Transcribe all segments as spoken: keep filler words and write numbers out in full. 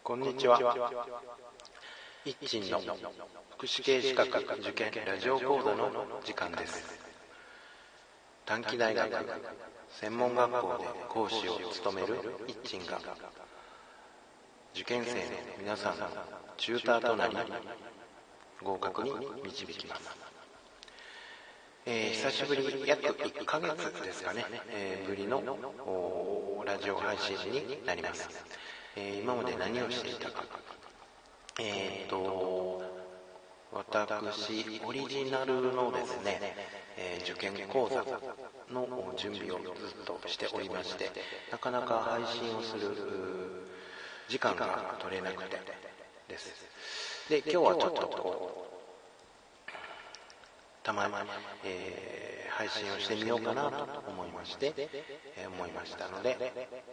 こんにちは。一鎮の福祉系資格受験ラジオ講座の時間です。短期大学専門学校で講師を務める一鎮が受験生の皆さんのチューターとなり合格に導きます。えー、久しぶり、約いっかげつですかね、えー、ぶりのラジオ配信になります。えー、今まで何をしていたか、えーと私オリジナルのですね、えー、受験講座の準備をずっとしておりまして、なかなか配信をする時間が取れなくてです。で、今日はちょっとこうたまに、えー、配信をしてみようかなと思いまして、えー、思いましたので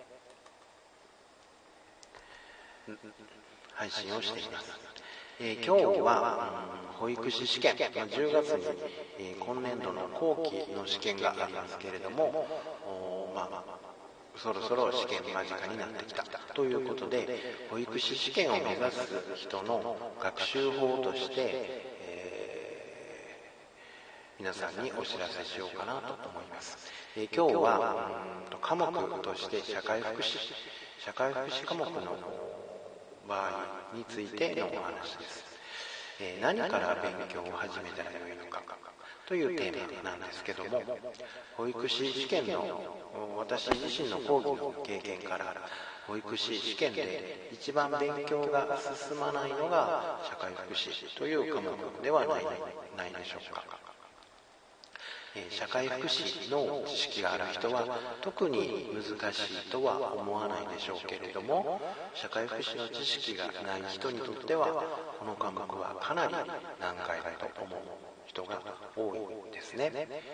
配信をしています。えー、今日は、うん、保育士試験、まあ、じゅうがつに、えー、今年度の後期の試験がありますけれども、まあ、そろそろ試験間近になってきたということで、保育士試験を目指す人の学習法として、えー、皆さんにお知らせしようかなと思います。えー、今日は、うん、科目として社会福祉社会福祉科目の場合についてのお話です。えー、何から勉強を始めたらよいのかというテーマなんですけども、保育士試験の私自身の講義の経験から、保育士試験で一番勉強が進まないのが社会福祉という科目ではないないでしょうか。社会福祉の知識がある人は特に難しいとは思わないでしょうけれども、社会福祉の知識がない人にとってはこの科目はかなり難解だと思う人が多いですね。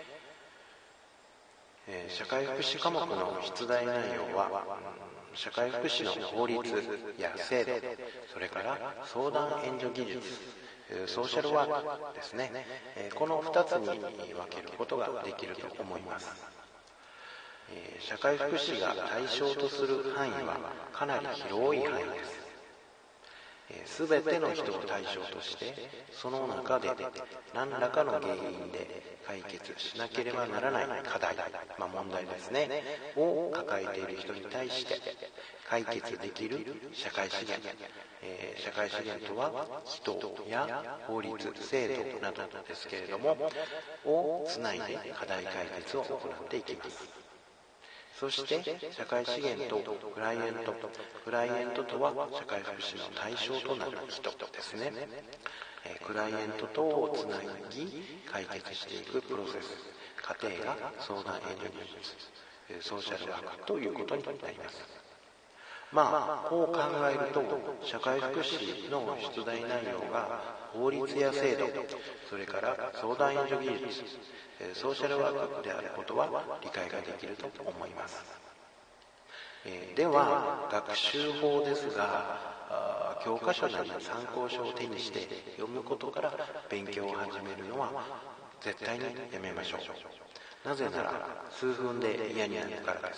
えー、社会福祉科目の出題内容は、社会福祉の法律や制度、それから相談援助技術、ソーシャルワークですね、このふたつに分けることができると思います。社会福祉が対象とする範囲はかなり広い範囲です。すべての人を対象として、その中で何らかの原因で解決しなければならない課題、まあ、問題ですねを抱えている人に対して解決できる社会資源、えー、社会資源とは人や法律、制度などですけれどもをつないで課題解決を行っていきます。そして社会資源とクライエント、クライエントとは社会福祉の対象となる人ですね。クライエントとをつなぎ解決していくプロセス、過程が相談援助技術、ソーシャルワークということになります。まあこう考えると、社会福祉の出題内容が法律や制度、それから相談援助技術、ソーシャルワークであることは理解ができると思います。えー、では学習法ですが、教科書なり参考書を手にして読むことから勉強を始めるのは絶対にやめましょう。なぜなら数分で嫌になるからです。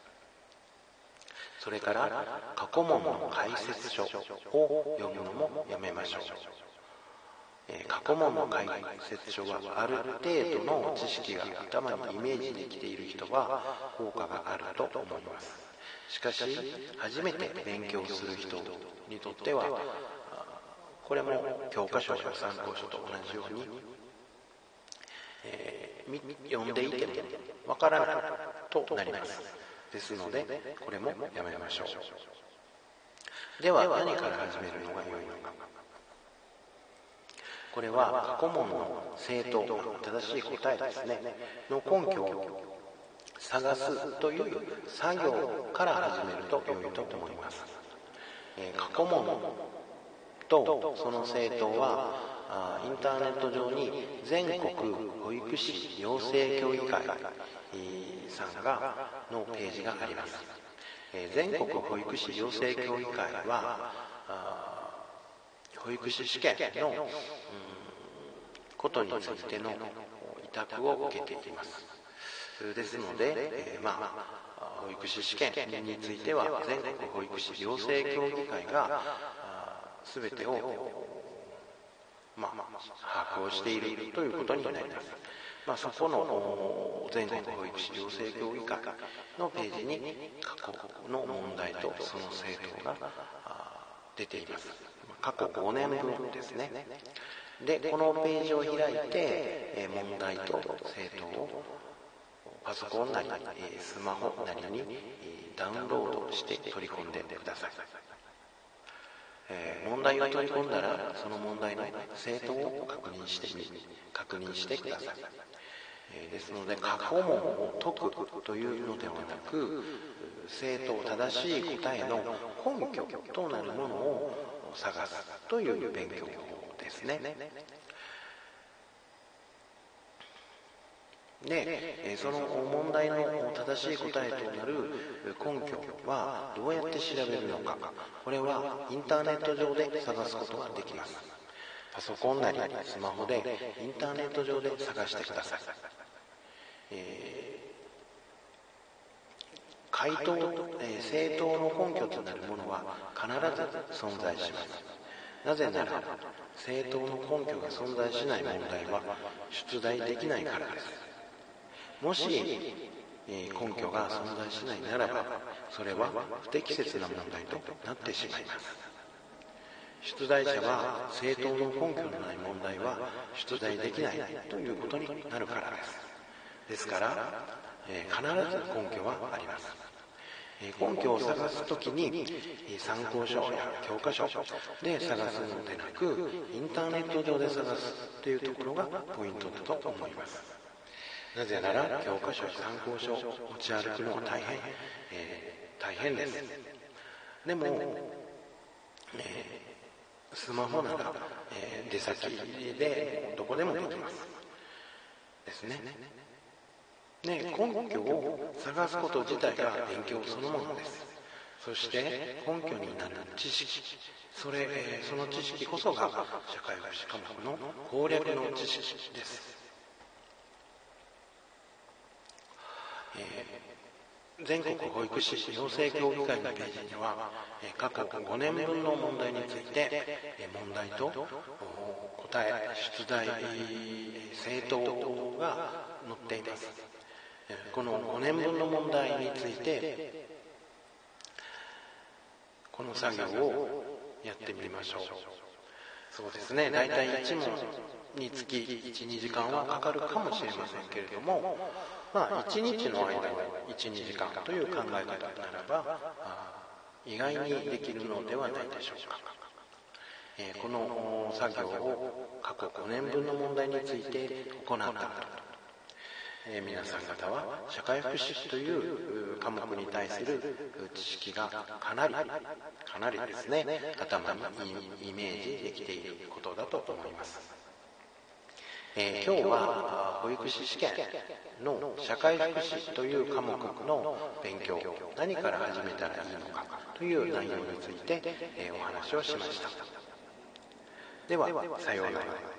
それから過去問の解説書を読むのもやめましょう。えー、過去問の解説書はある程度の知識が頭にイメージできている人は効果があると思います。しかし初めて勉強する人にとってはこれも教科書や参考書と同じように、えー、読んでいてもわからないとなります。ですのでこれもやめましょう。では何から始めるのが良いのか。これは過去問の正答、正しい答えですねの根拠を探すという作業から始めると良いと思います。えー、過去問とその正答はインターネット上に全国保育士養成協議会さんがのページがあります。えー、全国保育士養成協議会は保育士試験の、うん、ことについての委託を受けています。ですので、えー、まあ保育士試験については全国保育士養成協議会が全てを、まあ、把握をしているということになります。まあ、そこの全国保育士養成協議会のページに過去の問題とその正答が出ています。過去ごねんぶんですね。で、このページを開いて問題と正答をパソコンなりスマホなりにダウンロードして取り込んでください。えー、問題を取り込んだらその問題の正答を確認して確認してください。えー、ですので過去問を解くというのではなく、正答正しい答えの根拠となるものを探すという勉強法ですね。で、その問題の正しい答えとなる根拠はどうやって調べるのか。これはインターネット上で探すことができます。パソコンなりスマホでインターネット上で探してください。えー、回答、えー、正答の根拠となるものは必ず存在します。なぜなら正答の根拠が存在しない問題は出題できないからです。もし、えー、根拠が存在しないならば、それは不適切な問題となってしまいます。出題者は正当の根拠のない問題は出題できないということになるからです。ですから、えー、必ず根拠はあります。えー、根拠を探すときに、えー、参考書や教科書で探すのでなく、インターネット上で探すというところがポイントだと思います。なぜなら教科書や参考書を持ち歩くのは大変、えー、大変です。でも、えー、スマホなら、えー、出先でどこでもできますですね。で、根拠を探すこと自体が勉強そのものです。そして根拠になる知識、それ、えー、その知識こそが社会福祉科目の攻略の知識です。えー、全国保育士養成協議会のページには、えー、過去ごねんぶんの問題について、えー、問題と答え、出題、正答が載っています。えー、このごねんぶんの問題についてこの作業をやってみましょう。そうですね、大体いち問につきいち、にじかんはかかるかもしれませんけれども、まあ、いちにちの間いち、にじかんという考え方ならば意外にできるのではないでしょうか。えー、この作業を過去ごねんぶんの問題について行ったこと、えー、皆さん方は社会福祉という科目に対する知識がかなりかなりですね、頭にイメージできていることだと思います。えー、今日は保育士試験の社会福祉という科目の勉強、何から始めたらいいのかという内容について、えー、お話をしました。では、さようなら。